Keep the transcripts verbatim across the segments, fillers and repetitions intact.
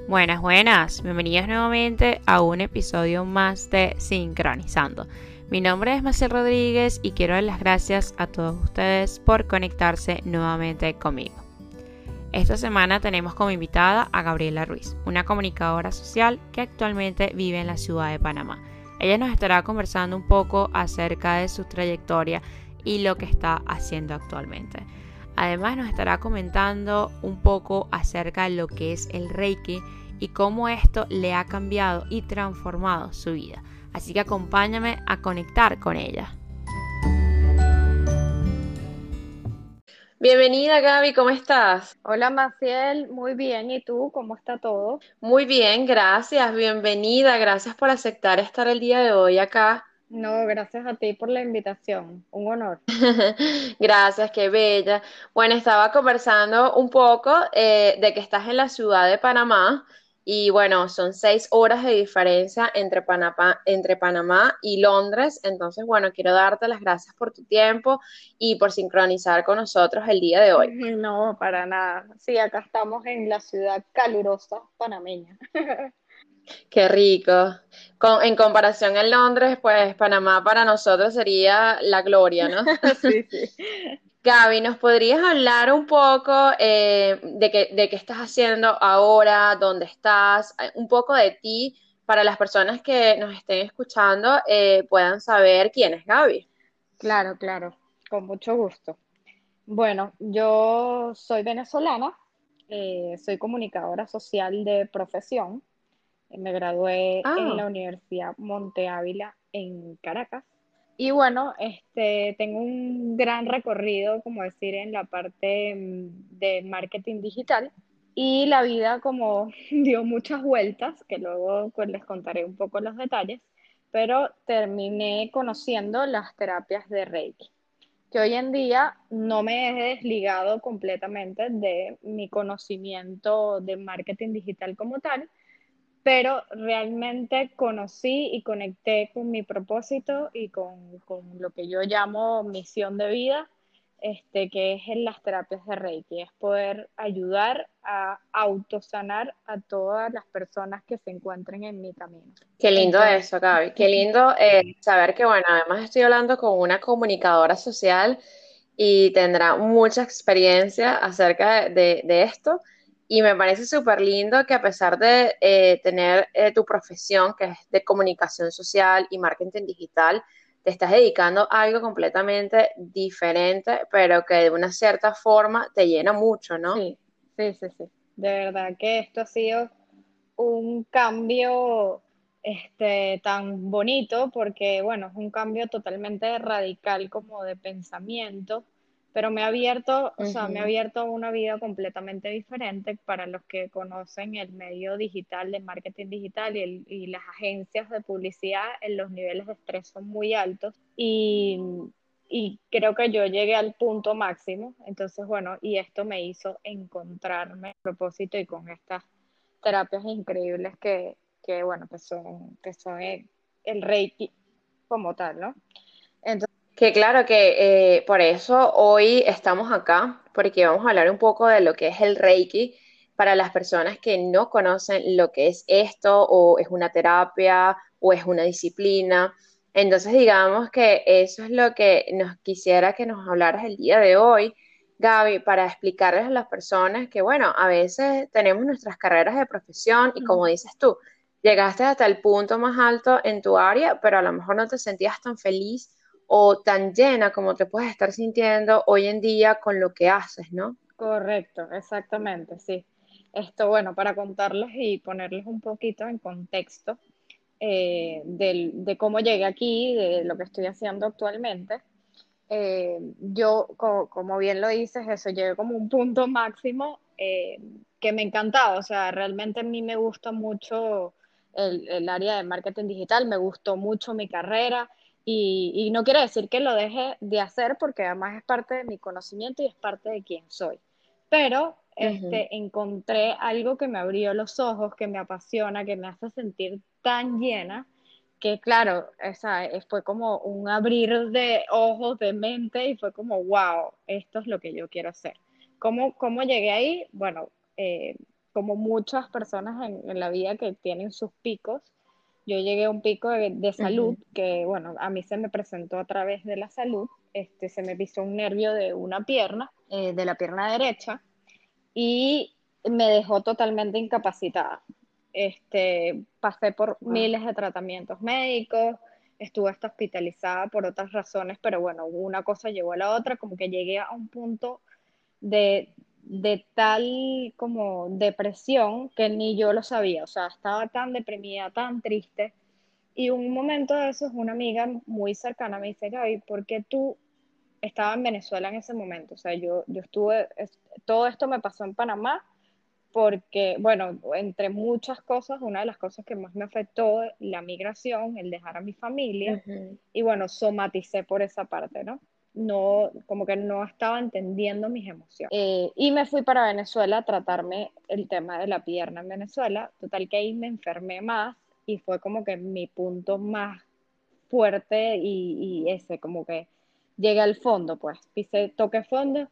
Buenas, buenas, bienvenidos nuevamente a un episodio más de Sincronizando. Mi nombre es Maciel Rodríguez y quiero dar las gracias a todos ustedes por conectarse nuevamente conmigo. Esta semana tenemos como invitada a Gabriela Ruiz, una comunicadora social que actualmente vive en la ciudad de Panamá. Ella nos estará conversando un poco acerca de su trayectoria y lo que está haciendo actualmente. Además nos estará comentando un poco acerca de lo que es el Reiki y cómo esto le ha cambiado y transformado su vida. Así que acompáñame a conectar con ella. Bienvenida Gaby, ¿cómo estás? Hola Maciel, muy bien. ¿Y tú? ¿Cómo está todo? Muy bien, gracias, bienvenida, gracias por aceptar estar el día de hoy acá. No, gracias a ti por la invitación. Un honor. Gracias, qué bella. Bueno, estaba conversando un poco eh, de que estás en la ciudad de Panamá y bueno, son seis horas de diferencia entre Panamá, entre Panamá y Londres. Entonces, bueno, quiero darte las gracias por tu tiempo y por sincronizar con nosotros el día de hoy. No, para nada. Sí, acá estamos en la ciudad calurosa panameña. Qué rico. Con, en comparación en Londres, pues Panamá para nosotros sería la gloria, ¿no? Sí, sí. Gaby, ¿nos podrías hablar un poco eh, de qué, de qué estás haciendo ahora, dónde estás, eh, un poco de ti, para las personas que nos estén escuchando eh, puedan saber quién es Gaby? Claro, claro. Con mucho gusto. Bueno, yo soy venezolana, eh, soy comunicadora social de profesión. Eh, Me gradué en la Ah, Universidad Monte Ávila en Caracas. Y bueno, este, tengo un gran recorrido, como decir, en la parte mm, de marketing digital. Y la vida como dio muchas vueltas, que luego pues, les contaré un poco los detalles, pero terminé conociendo las terapias de Reiki, que hoy en día no me he desligado completamente de mi conocimiento de marketing digital como tal, pero realmente conocí y conecté con mi propósito y con, con lo que yo llamo misión de vida, este, que es en las terapias de Reiki, es poder ayudar a autosanar a todas las personas que se encuentren en mi camino. qué lindo Entonces, eso, Gaby. Qué lindo eh, saber que, bueno, además estoy hablando con una comunicadora social y tendrá mucha experiencia acerca de, de- de esto. Y me parece súper lindo que a pesar de eh, tener eh, tu profesión, que es de comunicación social y marketing digital, te estás dedicando a algo completamente diferente, pero que de una cierta forma te llena mucho, ¿no? sí, sí, sí, sí. De verdad que esto ha sido un cambio este, tan bonito porque, bueno, es un cambio totalmente radical como de pensamiento, pero me ha abierto, o sea, me ha Ujú. abierto a una vida completamente diferente para los que conocen el medio digital de marketing digital y, el- y las agencias de publicidad, en los niveles de estrés son muy altos y, y creo que yo llegué al punto máximo, entonces, bueno, y esto me hizo encontrarme a propósito y con estas terapias increíbles que, que bueno, que son, que son el, el Reiki como tal, ¿no? Entonces, Que claro que eh, por eso hoy estamos acá, porque vamos a hablar un poco de lo que es el Reiki para las personas que no conocen lo que es esto, o es una terapia, o es una disciplina. Entonces, digamos que eso es lo que nos quisiera que nos hablaras el día de hoy, Gaby, para explicarles a las personas que, bueno, a veces tenemos nuestras carreras de profesión y como dices tú, llegaste hasta el punto más alto en tu área, pero a lo mejor no te sentías tan feliz o tan llena como te puedes estar sintiendo hoy en día con lo que haces, ¿no? correcto, exactamente, sí. Esto, bueno, para contarles y ponerles un poquito en contexto eh, del- de cómo llegué aquí, de lo que estoy haciendo actualmente. Eh, yo, co- como bien lo dices, eso llegué como un punto máximo eh, que me encantaba. O sea, realmente a mí me gusta mucho el, el área de marketing digital, me gustó mucho mi carrera y, y no quiere decir que lo deje de hacer porque además es parte de mi conocimiento y es parte de quién soy. Pero Ujú. este, encontré algo que me abrió los ojos, que me apasiona, que me hace sentir tan llena que claro, esa, eh, fue como un abrir de ojos, de mente, y fue como, wow, esto es lo que yo quiero hacer. ¿Cómo, cómo llegué ahí? Bueno, eh, como muchas personas en, en la vida que tienen sus picos, yo llegué a un pico de, de salud Ujú. que, bueno, a mí se me presentó a través de la salud, este, se me pisó un nervio de una pierna, eh, de la pierna derecha, y me dejó totalmente incapacitada. Este, pasé por Wow. miles de tratamientos médicos, estuve hasta hospitalizada por otras razones, pero bueno, una cosa llevó a la otra, como que llegué a un punto de, de tal como depresión que ni yo lo sabía, o sea, estaba tan deprimida, tan triste, y un momento de eso, una amiga muy cercana me dice, Gaby, ¿por qué tú estaba en Venezuela en ese momento? O sea, yo, yo estuve, es- todo esto me pasó en Panamá porque, bueno, entre muchas cosas, una de las cosas que más me afectó, la migración, el dejar a mi familia, Ujú. y bueno, somaticé por esa parte, ¿no? No, como que no estaba entendiendo mis emociones. Eh, y me fui para Venezuela a tratarme el tema de la pierna en Venezuela, total que ahí me enfermé más y fue como que mi punto más fuerte y, y ese, como que llegué al fondo, pues, pisé, toqué fondo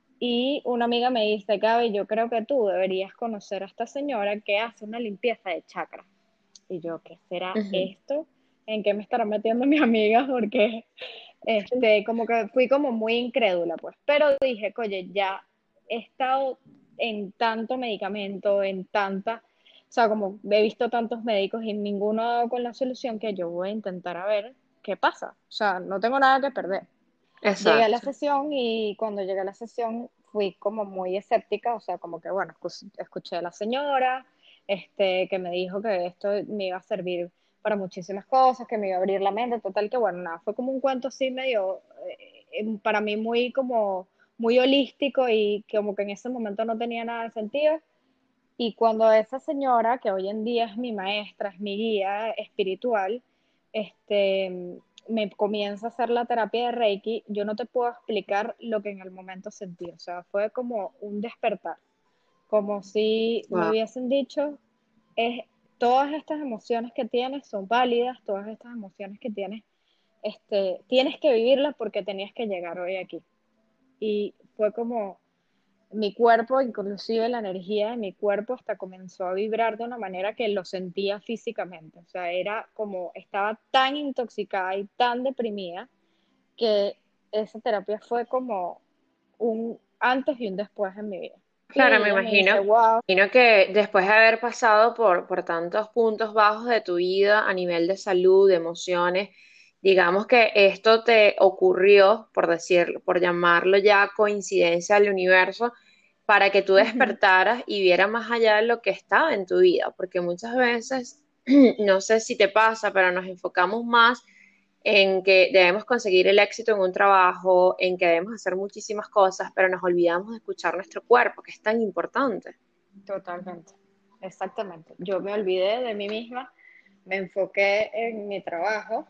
y una amiga me dice, Gaby, yo creo que tú deberías conocer a esta señora que hace una limpieza de chakras. Y yo, ¿qué será Ujú. esto? ¿En qué me estará metiendo mi amiga? Porque este, como que fui como muy incrédula, pues. Pero dije, oye, ya he estado en tanto medicamento, en tanta, o sea, como he visto tantos médicos y ninguno ha dado con la solución que yo voy a intentar a ver qué pasa. O sea, no tengo nada que perder. Llegué a la Exacto. sesión y cuando llegué a la sesión fui como muy escéptica, o sea, como que bueno, escu- escuché a la señora, este, que me dijo que esto me iba a servir para muchísimas cosas, que me iba a abrir la mente, total que bueno, nada, fue como un cuento así medio, eh, eh, para mí muy como, muy holístico y como que en ese momento no tenía nada de sentido. Y cuando esa señora, que hoy en día es mi maestra, es mi guía espiritual, este, me comienza a hacer la terapia de Reiki, yo no te puedo explicar lo que en el momento sentí. O sea, fue como un despertar, como si me Wow. hubiesen dicho, es, todas estas emociones que tienes son válidas, todas estas emociones que tienes, este, tienes que vivirlas porque tenías que llegar hoy aquí. Y fue como mi cuerpo, inclusive la energía de mi cuerpo, hasta comenzó a vibrar de una manera que lo sentía físicamente. O sea, era como, estaba tan intoxicada y tan deprimida que esa terapia fue como un antes y un después en mi vida. Y Claro, ahí me ella me dice, imagino. wow, Imagino que después de haber pasado por, por tantos puntos bajos de tu vida a nivel de salud, de emociones, digamos que esto te ocurrió, por decirlo, por llamarlo ya coincidencia del universo, para que tú despertaras y vieras más allá de lo que estaba en tu vida, porque muchas veces, no sé si te pasa, pero nos enfocamos más en que debemos conseguir el éxito en un trabajo, en que debemos hacer muchísimas cosas, pero nos olvidamos de escuchar nuestro cuerpo, que es tan importante. totalmente, exactamente. Yo me olvidé de mí misma, me enfoqué en mi trabajo,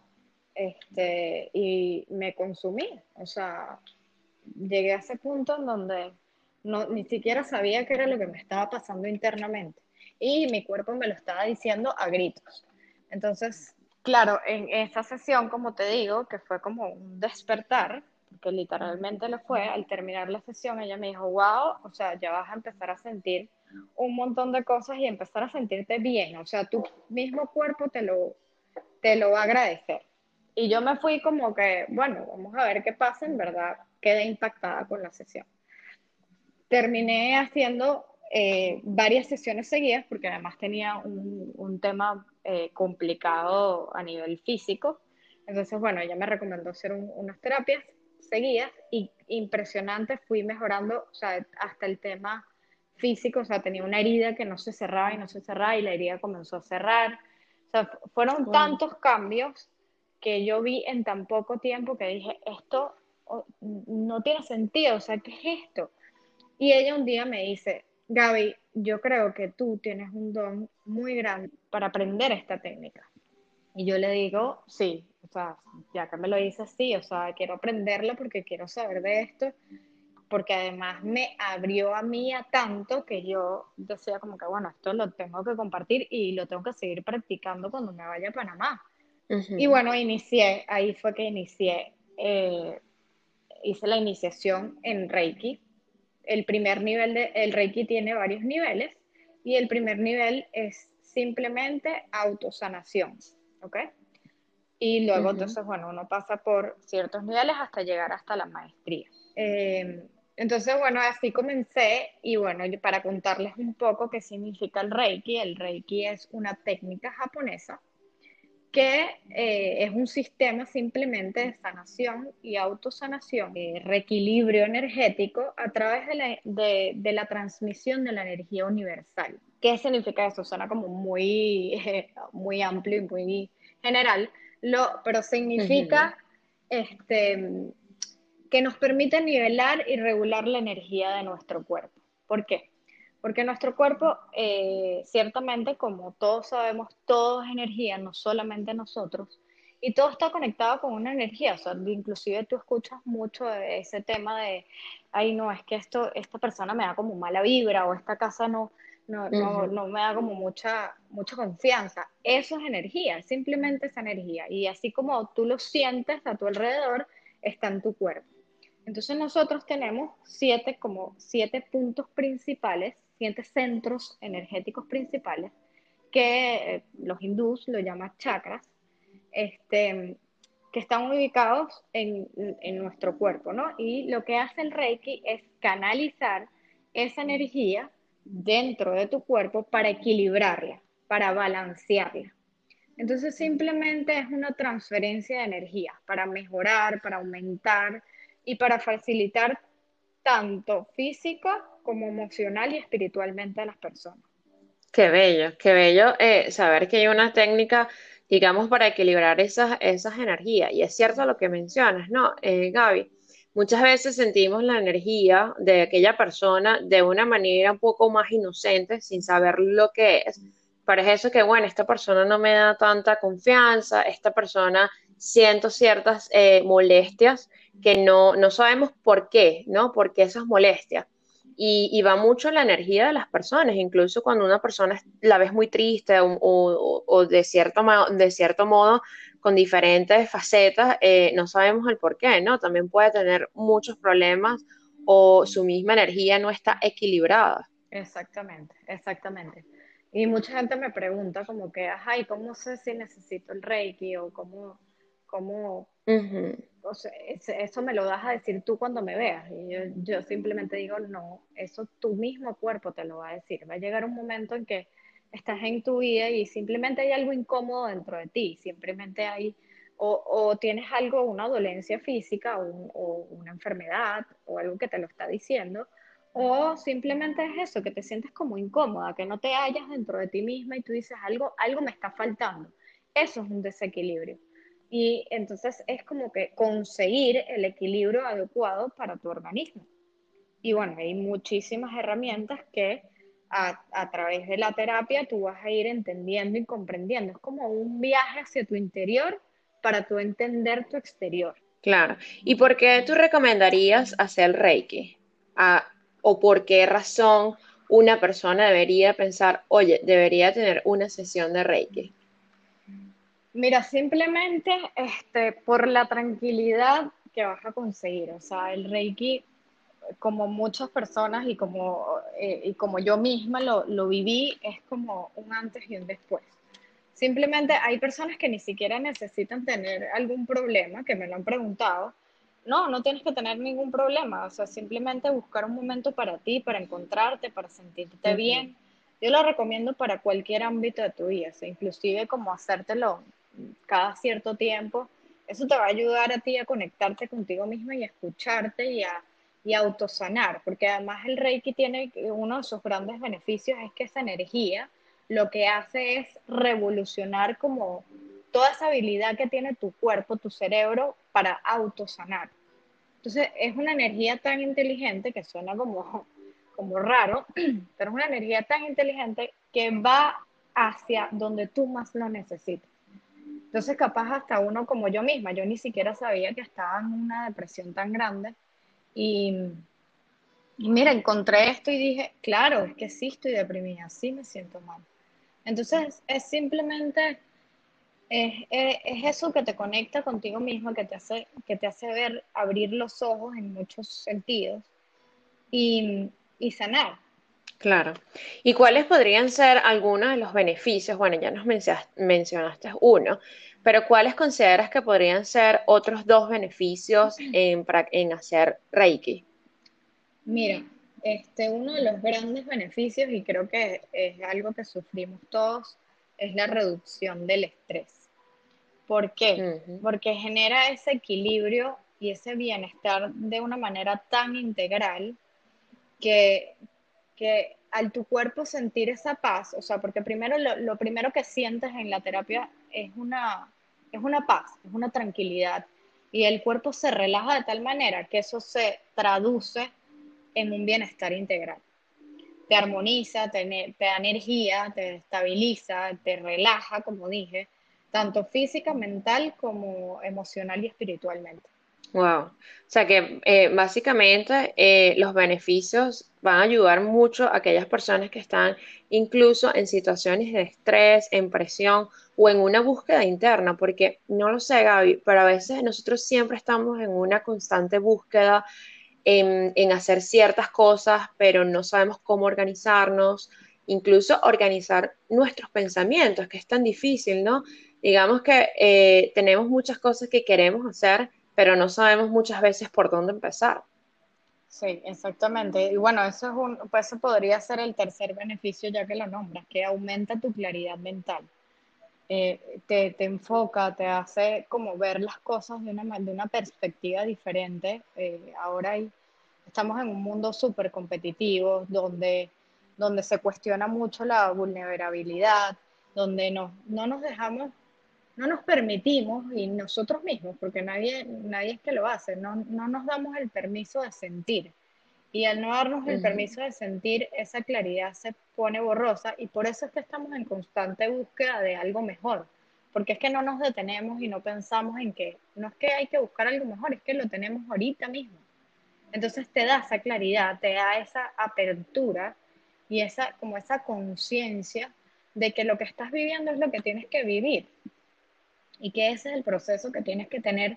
este, y me consumí. O sea, llegué a ese punto en donde no, ni siquiera sabía qué era lo que me estaba pasando internamente. Y mi cuerpo me lo estaba diciendo a gritos. Entonces, claro, en esa sesión, como te digo, que fue como un despertar, porque literalmente lo fue, al terminar la sesión ella me dijo, wow, o sea, ya vas a empezar a sentir un montón de cosas y empezar a sentirte bien, o sea, tu mismo cuerpo te lo, te lo va a agradecer. Y yo me fui como que, bueno, vamos a ver qué pasa, en verdad quedé impactada con la sesión. Terminé haciendo eh, varias sesiones seguidas porque además tenía un, un tema eh, complicado a nivel físico. Entonces, bueno, ella me recomendó hacer un, unas terapias seguidas y impresionante, fui mejorando, o sea, hasta el tema físico, o sea, tenía una herida que no se cerraba y no se cerraba y la herida comenzó a cerrar. O sea, fueron Wow. tantos cambios que yo vi en tan poco tiempo que dije, esto oh, no tiene sentido, o sea, ¿qué es esto? Y ella un día me dice, Gaby, yo creo que tú tienes un don muy grande para aprender esta técnica. Y yo le digo, sí, o sea, ya que me lo dices, sí, o sea, quiero aprenderlo porque quiero saber de esto, porque además me abrió a mí a tanto que yo decía como que, bueno, esto lo tengo que compartir y lo tengo que seguir practicando cuando me vaya a Panamá. Y Ujú. bueno, inicié, ahí fue que inicié, eh, hice la iniciación en Reiki. El primer nivel de el Reiki tiene varios niveles y el primer nivel es simplemente autosanación, ¿ok? Y luego Ujú. entonces, bueno, uno pasa por ciertos niveles hasta llegar hasta la maestría. Eh, entonces, bueno, así comencé y bueno, para contarles un poco qué significa el Reiki, el Reiki es una técnica japonesa que eh, es un sistema simplemente de sanación y autosanación, eh, reequilibrio energético a través de la, de, de la transmisión de la energía universal. ¿Qué significa eso? Suena como muy, eh, muy amplio y muy general, lo, pero Ujú. significa este, que nos permite nivelar y regular la energía de nuestro cuerpo. ¿Por qué? Porque nuestro cuerpo, eh, ciertamente, como todos sabemos, todo es energía, no solamente nosotros, y todo está conectado con una energía. O sea, inclusive tú escuchas mucho de ese tema de, ay, no, es que esto, esta persona me da como mala vibra, o esta casa no, no, no, Ujú. no me da como mucha, mucha confianza. Eso es energía, simplemente es energía. Y así como tú lo sientes a tu alrededor, está en tu cuerpo. Entonces nosotros tenemos siete, como siete puntos principales, siete centros energéticos principales, que eh, los hindús lo llaman chakras, este, que están ubicados en, en nuestro cuerpo, ¿no? Y lo que hace el Reiki es canalizar esa energía dentro de tu cuerpo para equilibrarla, para balancearla. Entonces simplemente es una transferencia de energía para mejorar, para aumentar y para facilitar tanto física como emocional y espiritualmente a las personas. Qué bello, qué bello eh, saber que hay una técnica, digamos, para equilibrar esas, esas energías. Y es cierto lo que mencionas, ¿no? Eh, Gaby, muchas veces sentimos la energía de aquella persona de una manera un poco más inocente, sin saber lo que es. Pero es eso que, bueno, esta persona no me da tanta confianza, esta persona siento ciertas eh, molestias que no, no sabemos por qué, ¿no? ¿Por qué esas molestias? Y, y va mucho en la energía de las personas, incluso cuando una persona la ves muy triste o, o- o de cierto, mo- de cierto modo con diferentes facetas, eh, no sabemos el por qué, ¿no? También puede tener muchos problemas o su misma energía no está equilibrada. Exactamente, exactamente. Y mucha gente me pregunta como que, ajá, ¿y cómo sé si necesito el Reiki o cómo, cómo, Ujú. o sea, es- eso me lo vas a decir tú cuando me veas? Y yo, yo simplemente digo, no, eso tu mismo cuerpo te lo va a decir. Va a llegar un momento en que estás en tu vida y simplemente hay algo incómodo dentro de ti, simplemente hay, o, o tienes algo, una dolencia física o, un- o una enfermedad o algo que te lo está diciendo, o simplemente es eso, que te sientes como incómoda, que no te hallas dentro de ti misma y tú dices, algo, algo me está faltando. Eso es un desequilibrio. Y entonces es como que conseguir el equilibrio adecuado para tu organismo. Y bueno, hay muchísimas herramientas que a, a través de la terapia tú vas a ir entendiendo y comprendiendo. Es como un viaje hacia tu interior para tú entender tu exterior. Claro. ¿Y por qué tú recomendarías hacer Reiki? Ah, ¿o por qué razón una persona debería pensar, oye, debería tener una sesión de Reiki? Mira, simplemente este, por la tranquilidad que vas a conseguir. O sea, el Reiki, como muchas personas y como, eh, y como yo misma lo, lo viví, es como un antes y un después. Simplemente hay personas que ni siquiera necesitan tener algún problema, que me lo han preguntado. No, no tienes que tener ningún problema, o sea, simplemente buscar un momento para ti, para encontrarte, para sentirte Ujú. bien. Yo lo recomiendo para cualquier ámbito de tu vida, o sea, inclusive como hacértelo cada cierto tiempo. Eso te va a ayudar a ti a conectarte contigo misma y a escucharte y a, y a autosanar, porque además el Reiki tiene uno de sus grandes beneficios es que esa energía lo que hace es revolucionar como toda esa habilidad que tiene tu cuerpo, tu cerebro para autosanar. Entonces es una energía tan inteligente que suena como, como raro, pero es una energía tan inteligente que va hacia donde tú más lo necesitas. Entonces capaz hasta uno como yo misma, yo ni siquiera sabía que estaba en una depresión tan grande y, y mira, encontré esto y dije, claro, es que sí estoy deprimida, sí me siento mal. Entonces es simplemente, es, es, es eso que te conecta contigo misma, que te hace, que te hace ver, abrir los ojos en muchos sentidos y, y sanar. Claro. ¿Y cuáles podrían ser algunos de los beneficios? Bueno, ya nos mencia- mencionaste uno, pero ¿cuáles consideras que podrían ser otros dos beneficios en, prac- en hacer Reiki? Mira, este, uno de los grandes beneficios, y creo que es algo que sufrimos todos, es la reducción del estrés. ¿Por qué? Ujú. Porque genera ese equilibrio y ese bienestar de una manera tan integral que, que al tu cuerpo sentir esa paz, o sea, porque primero lo, lo primero que sientes en la terapia es una, es una paz, es una tranquilidad, y el cuerpo se relaja de tal manera que eso se traduce en un bienestar integral. Te armoniza, te, te da energía, te estabiliza, te relaja, como dije, tanto física, mental como emocional y espiritualmente. Wow. O sea que eh, básicamente eh, los beneficios van a ayudar mucho a aquellas personas que están incluso en situaciones de estrés, en presión o en una búsqueda interna, porque no lo sé, Gaby, pero a veces nosotros siempre estamos en una constante búsqueda en, en hacer ciertas cosas, pero no sabemos cómo organizarnos, incluso organizar nuestros pensamientos, que es tan difícil, ¿no? Digamos que eh, tenemos muchas cosas que queremos hacer, pero no sabemos muchas veces por dónde empezar. Sí, exactamente. Y bueno, eso es un, pues eso podría ser el tercer beneficio ya que lo nombras, que aumenta tu claridad mental. Eh, te, te enfoca, te hace como ver las cosas de una, ma- de una perspectiva diferente. Eh, ahora hay- estamos en un mundo súper competitivo, donde, donde se cuestiona mucho la vulnerabilidad, donde no, no nos dejamos, no nos permitimos, y nosotros mismos, porque nadie, nadie es que lo hace, no, no nos damos el permiso de sentir. Y al no darnos el Ujú. permiso de sentir, esa claridad se pone borrosa, y por eso es que estamos en constante búsqueda de algo mejor. Porque es que no nos detenemos y no pensamos en que no es que hay que buscar algo mejor, es que lo tenemos ahorita mismo. Entonces te da esa claridad, te da esa apertura y esa, como esa conciencia de que lo que estás viviendo es lo que tienes que vivir y que ese es el proceso que tienes que tener,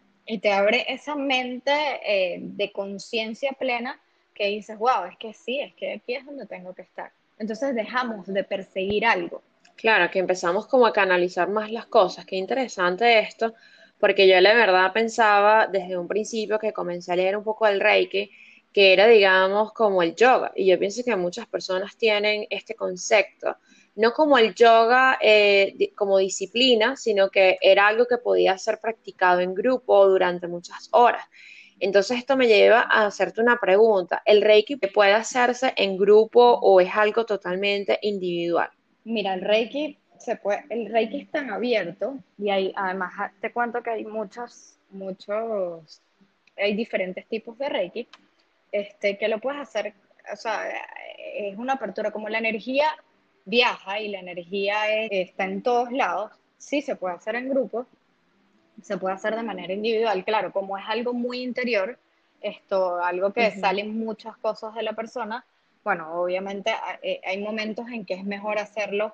y te abre esa mente eh, de conciencia plena que dices, wow, es que sí, es que aquí es donde tengo que estar. Entonces dejamos de perseguir algo. Claro, que empezamos como a canalizar más las cosas. Qué interesante esto, porque yo la verdad pensaba desde un principio que comencé a leer un poco el Reiki, que era, digamos, como el yoga. Y yo pienso que muchas personas tienen este concepto, no como el yoga eh, di- como disciplina, sino que era algo que podía ser practicado en grupo durante muchas horas. Entonces esto me lleva a hacerte una pregunta. ¿El Reiki puede hacerse en grupo o es algo totalmente individual? Mira, el Reiki se puede, el Reiki es tan abierto, y hay, además ah, te cuento que hay muchos, muchos, hay diferentes tipos de Reiki, este, que lo puedes hacer, o sea, es una apertura, como la energía viaja y la energía es- está en todos lados, sí se puede hacer en grupo, se puede hacer de manera individual, claro, como es algo muy interior, esto, algo que Ujú. salen muchas cosas de la persona, bueno, obviamente eh, hay momentos en que es mejor hacerlo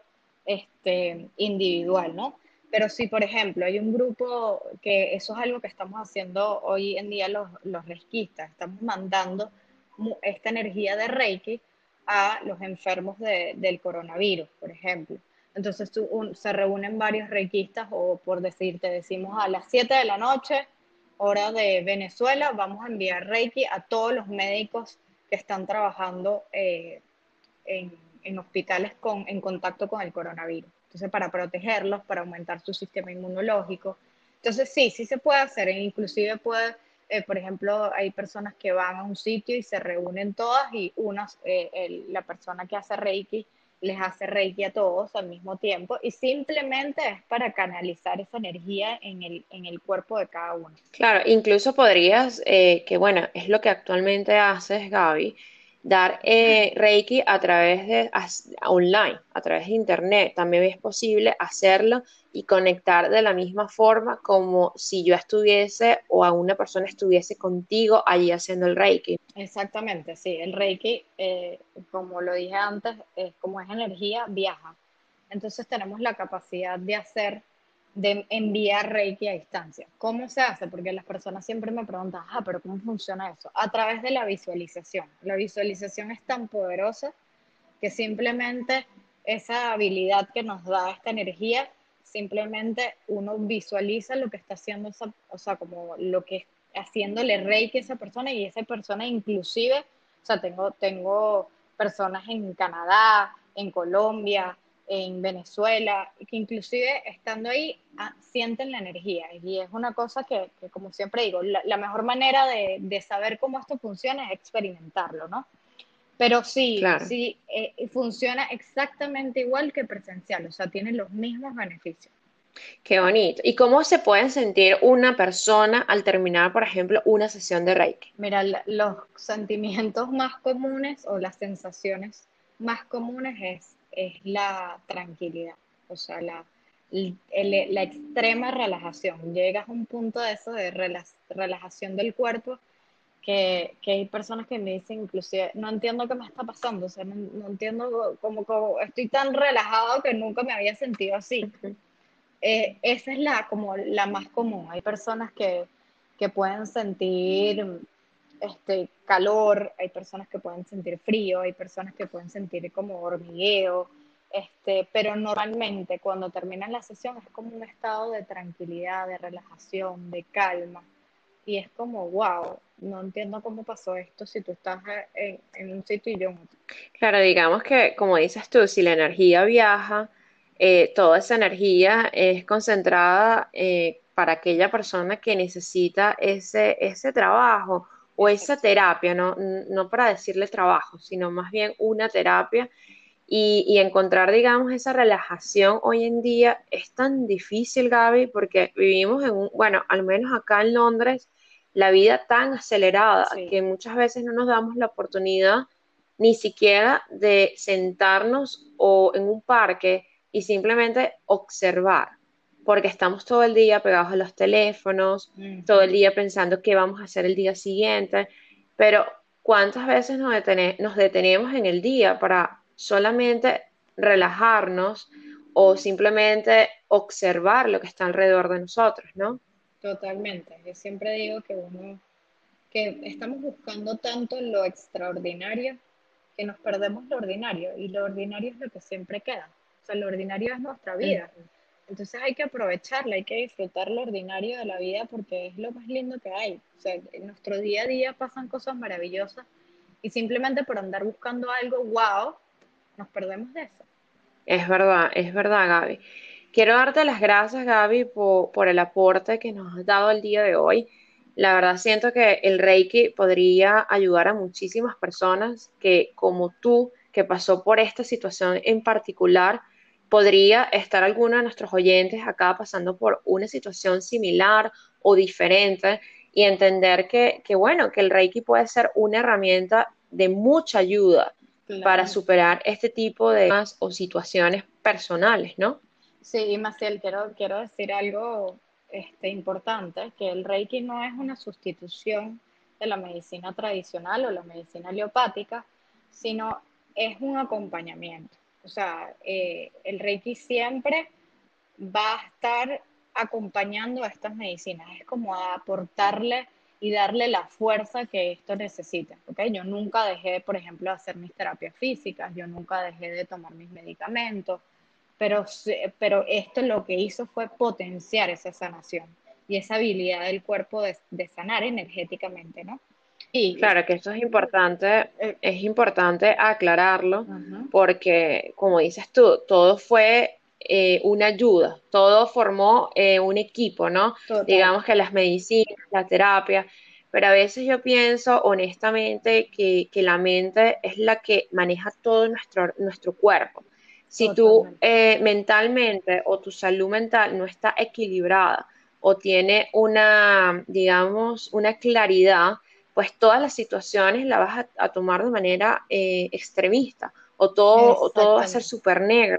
este, individual, ¿no? Pero si, por ejemplo, hay un grupo, que eso es algo que estamos haciendo hoy en día los, los reikistas, estamos mandando esta energía de Reiki a los enfermos de, del coronavirus, por ejemplo. Entonces tú, un, se reúnen varios reikistas, o por decirte, decimos a las siete de la noche, hora de Venezuela, vamos a enviar reiki a todos los médicos que están trabajando eh, en, en, hospitales con, en contacto con el coronavirus. Entonces, para protegerlos, para aumentar su sistema inmunológico. Entonces, sí, sí se puede hacer, e inclusive puede, eh, por ejemplo, hay personas que van a un sitio y se reúnen todas, y unas, eh, el, la persona que hace Reiki les hace Reiki a todos al mismo tiempo, y simplemente es para canalizar esa energía en el, en el cuerpo de cada uno. Claro, incluso podrías, eh, que bueno, es lo que actualmente haces, Gaby, dar eh, Reiki a través de as- online, a través de internet. También es posible hacerlo y conectar de la misma forma como si yo estuviese o a una persona estuviese contigo allí haciendo el Reiki. Exactamente, sí. El Reiki, eh, como lo dije antes, es como es energía, viaja. Entonces tenemos la capacidad de hacer, de enviar Reiki a distancia. ¿Cómo se hace? Porque las personas siempre me preguntan, ah, pero ¿cómo funciona eso? A través de la visualización. La visualización es tan poderosa que simplemente esa habilidad que nos da esta energía, simplemente uno visualiza lo que está haciendo esa, o sea, como lo que haciéndole reiki a esa persona y esa persona inclusive, o sea, tengo, tengo personas en Canadá, en Colombia, en Venezuela, que inclusive estando ahí ah, sienten la energía. Y es una cosa que, que como siempre digo, la, la mejor manera de, de, saber cómo esto funciona es experimentarlo, ¿no? Pero sí, Claro. sí, eh, funciona exactamente igual que presencial, o sea, tiene los mismos beneficios. Qué bonito. ¿Y cómo se puede sentir una persona al terminar, por ejemplo, una sesión de Reiki? Mira, la- los sentimientos más comunes o las sensaciones más comunes es, es la tranquilidad, o sea, la, el- el- la extrema relajación. Llegas a un punto de eso, de rela- relajación del cuerpo, que, que hay personas que me dicen, inclusive, no entiendo qué me está pasando, o sea, no, no entiendo cómo, cómo estoy tan relajado que nunca me había sentido así. Ujú. Eh, esa es la, como la más común. Hay personas que, que pueden sentir este, calor, hay personas que pueden sentir frío, hay personas que pueden sentir como hormigueo, este, pero normalmente cuando terminan la sesión es como un estado de tranquilidad, de relajación, de calma, y es como, wow, no entiendo cómo pasó esto si tú estás en, en un sitio y yo en otro. Claro, digamos que, como dices tú, si la energía viaja, eh, toda esa energía es concentrada eh, para aquella persona que necesita ese, ese trabajo o esa Exacto. terapia, ¿no? N- No para decirle trabajo, sino más bien una terapia y, y encontrar, digamos, esa relajación hoy en día es tan difícil, Gaby, porque vivimos en un, bueno, al menos acá en Londres, la vida tan acelerada Sí, que muchas veces no nos damos la oportunidad ni siquiera de sentarnos o en un parque y simplemente observar, porque estamos todo el día pegados a los teléfonos, todo el ujú, día pensando qué vamos a hacer el día siguiente, pero ¿cuántas veces nos, detene- nos detenemos en el día para solamente relajarnos o simplemente observar lo que está alrededor de nosotros, ¿no? totalmente. Yo siempre digo que uno que estamos buscando tanto lo extraordinario que nos perdemos lo ordinario y lo ordinario es lo que siempre queda. O sea, lo ordinario es nuestra vida. Ujú. Entonces hay que aprovecharla, hay que disfrutar lo ordinario de la vida porque es lo más lindo que hay. O sea, en nuestro día a día pasan cosas maravillosas y simplemente por andar buscando algo wow, nos perdemos de eso. Es verdad, es verdad, Gaby. Quiero darte las gracias, Gaby, por, por el aporte que nos has dado el día de hoy. La verdad siento que el Reiki podría ayudar a muchísimas personas que, como tú, que pasó por esta situación en particular, podría estar alguno de nuestros oyentes acá pasando por una situación similar o diferente y entender que, que bueno, que el Reiki puede ser una herramienta de mucha ayuda para Claro. superar este tipo de temas o situaciones personales, ¿no? Sí, Maciel, quiero, quiero decir algo este, importante, que el Reiki no es una sustitución de la medicina tradicional o la medicina alopática, sino es un acompañamiento. O sea, eh, el Reiki siempre va a estar acompañando a estas medicinas, es como a aportarle y darle la fuerza que esto necesita. ¿Okay? Yo nunca dejé, por ejemplo, de hacer mis terapias físicas, yo nunca dejé de tomar mis medicamentos, pero, pero esto lo que hizo fue potenciar esa sanación y esa habilidad del cuerpo de, de sanar energéticamente, ¿no? Y, Claro que esto es importante, eh, es importante aclararlo uh-huh, porque, como dices tú, todo fue eh, una ayuda, todo formó eh, un equipo, ¿no? total, Digamos que las medicinas, la terapia, pero a veces yo pienso honestamente que, que la mente es la que maneja todo nuestro, nuestro cuerpo. Si tú totalmente. eh, mentalmente o tu salud mental no está equilibrada o tiene una, digamos, una claridad, pues todas las situaciones las vas a, a tomar de manera eh, extremista o todo, o todo va a ser Exactamente. súper negro,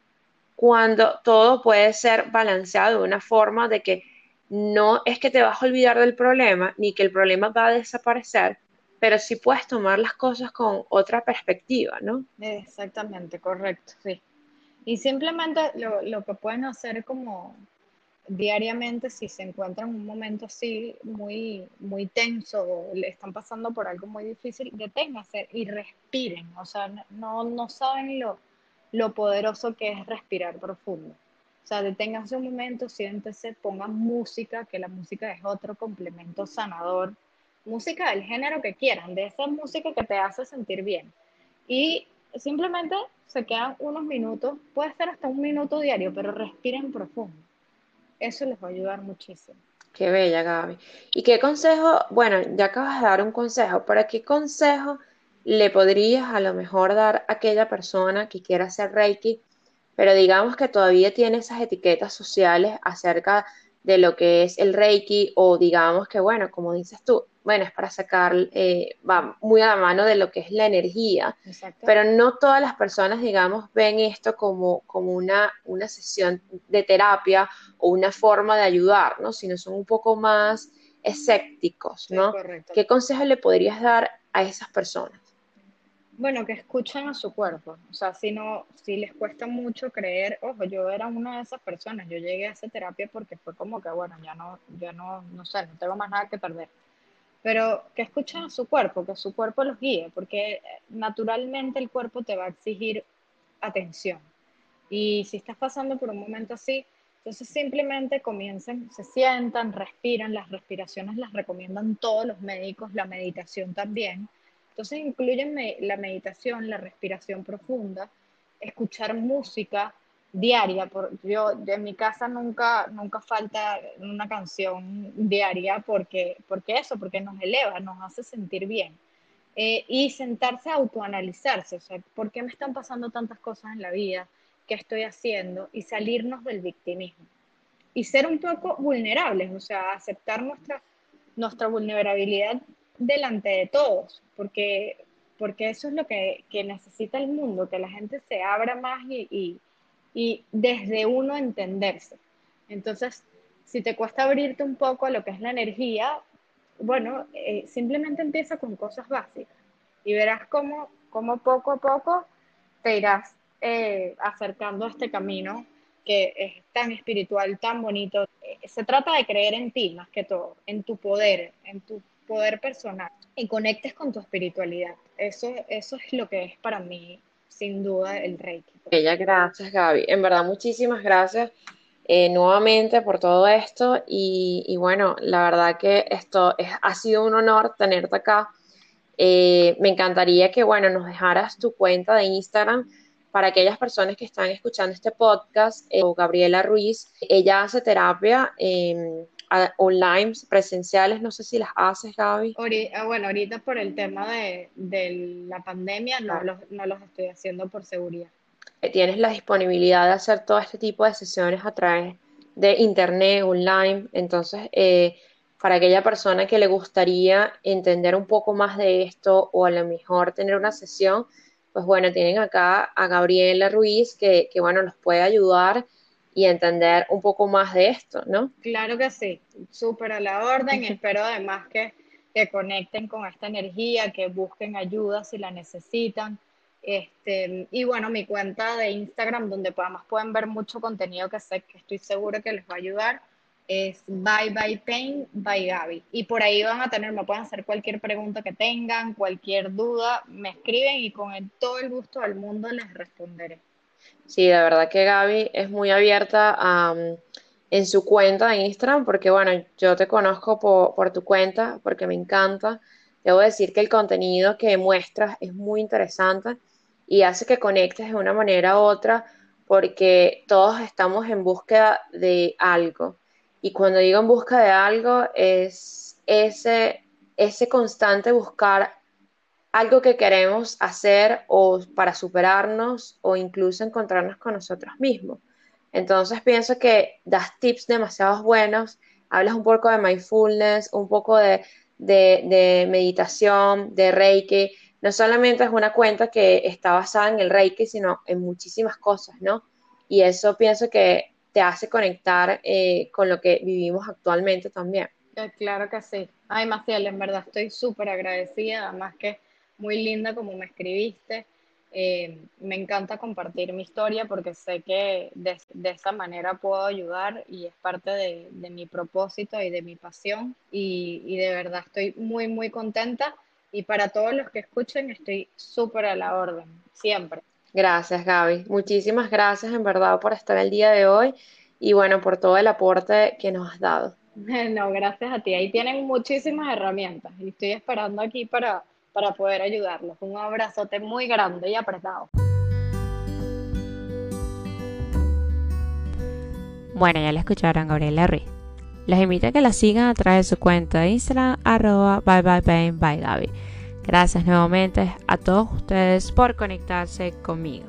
cuando todo puede ser balanceado de una forma de que no es que te vas a olvidar del problema ni que el problema va a desaparecer, pero sí puedes tomar las cosas con otra perspectiva, ¿no? Exactamente, correcto, sí. Y simplemente lo, lo que pueden hacer como, diariamente, si se encuentran en un momento así muy, muy tenso o le están pasando por algo muy difícil, deténganse y respiren. O sea, no, no saben lo, lo poderoso que es respirar profundo. O sea, deténganse un momento, siéntese, pongan música, que la música es otro complemento sanador. Música del género que quieran, de esa música que te hace sentir bien. Y simplemente se quedan unos minutos, puede ser hasta un minuto diario, pero respiren profundo. Eso les va a ayudar muchísimo. Qué bella, Gaby. ¿Y qué consejo? Bueno, ya acabas de dar un consejo, pero ¿qué consejo le podrías a lo mejor dar a aquella persona que quiera hacer Reiki, pero digamos que todavía tiene esas etiquetas sociales acerca de lo que es el Reiki, o digamos que, bueno, como dices tú, bueno, es para sacar, eh, va muy a la mano de lo que es la energía, Exacto. pero no todas las personas, digamos, ven esto como, como una, una sesión de terapia o una forma de ayudar, ¿no? Sino son un poco más escépticos, Sí, ¿no? correcto. ¿Qué consejo le podrías dar a esas personas? Bueno, que escuchen a su cuerpo. O sea, si no, si les cuesta mucho creer, ojo, yo era una de esas personas. Yo llegué a esa terapia porque fue como que, bueno, ya no, ya no, no sé, no tengo más nada que perder. Pero que escuchen a su cuerpo, que su cuerpo los guíe, porque naturalmente el cuerpo te va a exigir atención. Y si estás pasando por un momento así, entonces simplemente comiencen, se sientan, respiran, las respiraciones las recomiendan todos los médicos, la meditación también. Entonces incluyen me- la meditación, la respiración profunda, escuchar música diaria. Por, yo en mi casa nunca, nunca falta una canción diaria porque, porque eso, porque nos eleva, nos hace sentir bien. Eh, y sentarse a autoanalizarse, o sea, ¿por qué me están pasando tantas cosas en la vida? ¿Qué estoy haciendo? Y salirnos del victimismo. Y ser un poco vulnerables, o sea, aceptar nuestra, nuestra vulnerabilidad delante de todos, porque, porque eso es lo que, que necesita el mundo, que la gente se abra más y, y, y desde uno entenderse. Entonces, si te cuesta abrirte un poco a lo que es la energía, bueno, eh, simplemente empieza con cosas básicas y verás cómo, cómo poco a poco te irás eh, acercando a este camino que es tan espiritual, tan bonito. Eh, Se trata de creer en ti más que todo, en tu poder, en tu poder personal y conectes con tu espiritualidad. Eso, eso es lo que es para mí, sin duda, el Reiki. Bella, gracias, Gaby. En verdad, muchísimas gracias eh, nuevamente por todo esto y, y bueno, la verdad que esto es, ha sido un honor tenerte acá. Eh, me encantaría que, bueno, nos dejaras tu cuenta de Instagram para aquellas personas que están escuchando este podcast. Eh, Gabriela Ruiz, ella hace terapia eh, a- online, presenciales, no sé si las haces, Gaby. Ori- ah, bueno, ahorita por el tema de, de la pandemia no Claro. los, no los estoy haciendo por seguridad. Eh, Tienes la disponibilidad de hacer todo este tipo de sesiones a través de internet, online. Entonces, eh, para aquella persona que le gustaría entender un poco más de esto o a lo mejor tener una sesión, pues bueno, tienen acá a Gabriela Ruiz que, que bueno, los puede ayudar y entender un poco más de esto, ¿no? Claro que sí, súper a la orden. Espero además que, que conecten con esta energía, que busquen ayuda si la necesitan. Este, y bueno, mi cuenta de Instagram, donde además pueden ver mucho contenido que sé que estoy segura que les va a ayudar, es Bye Bye Pain by Gaby. Y por ahí van a tener, me pueden hacer cualquier pregunta que tengan, cualquier duda, me escriben y con el- todo el gusto del mundo les responderé. Sí, de verdad que Gaby es muy abierta a, mm, en su cuenta de Instagram, porque bueno, yo te conozco por, por tu cuenta, porque me encanta. Debo decir que el contenido que muestras es muy interesante y hace que conectes de una manera u otra, porque todos estamos en búsqueda de algo. Y cuando digo en busca de algo, es ese, ese constante buscar algo que queremos hacer o para superarnos o incluso encontrarnos con nosotros mismos. Entonces pienso que das tips demasiado buenos, hablas un poco de mindfulness, un poco de, de, de meditación, de Reiki. No solamente es una cuenta que está basada en el Reiki, sino en muchísimas cosas, ¿no? Y eso pienso que te hace conectar eh, con lo que vivimos actualmente también. Eh, Claro que sí. Ay, Maciel, en verdad estoy súper agradecida, además que muy linda como me escribiste. Eh, me encanta compartir mi historia porque sé que de, de esa manera puedo ayudar y es parte de, de mi propósito y de mi pasión y, y de verdad estoy muy, muy contenta y para todos los que escuchen estoy súper a la orden, siempre. Gracias, Gaby. Muchísimas gracias en verdad por estar el día de hoy y bueno, por todo el aporte que nos has dado. No, gracias a ti. Ahí tienen muchísimas herramientas y estoy esperando aquí para, para poder ayudarlos. Un abrazote muy grande y apretado. Bueno, ya la escucharon, Gabriela Ruiz. Les invito a que la sigan a través de su cuenta de Instagram, arroba bye bye pain by Gaby. Gracias nuevamente a todos ustedes por conectarse conmigo.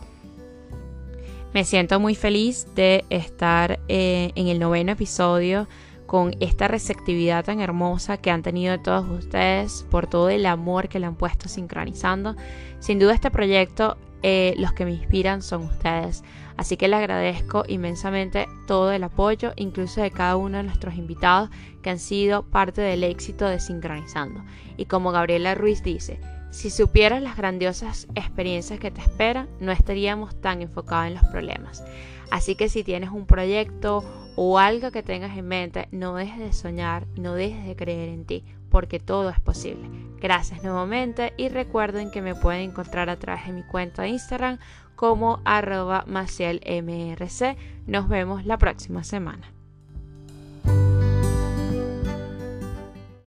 Me siento muy feliz de estar eh, en el noveno episodio con esta receptividad tan hermosa que han tenido todos ustedes por todo el amor que le han puesto sincronizando. Sin duda este proyecto, eh, los que me inspiran son ustedes. Así que les agradezco inmensamente todo el apoyo, incluso de cada uno de nuestros invitados que han sido parte del éxito de Sincronizando. Y como Gabriela Ruiz dice, si supieras las grandiosas experiencias que te esperan, no estaríamos tan enfocados en los problemas. Así que si tienes un proyecto o algo que tengas en mente, no dejes de soñar, no dejes de creer en ti, porque todo es posible. Gracias nuevamente y recuerden que me pueden encontrar a través de mi cuenta de Instagram como arroba macielmrc. Nos vemos la próxima semana.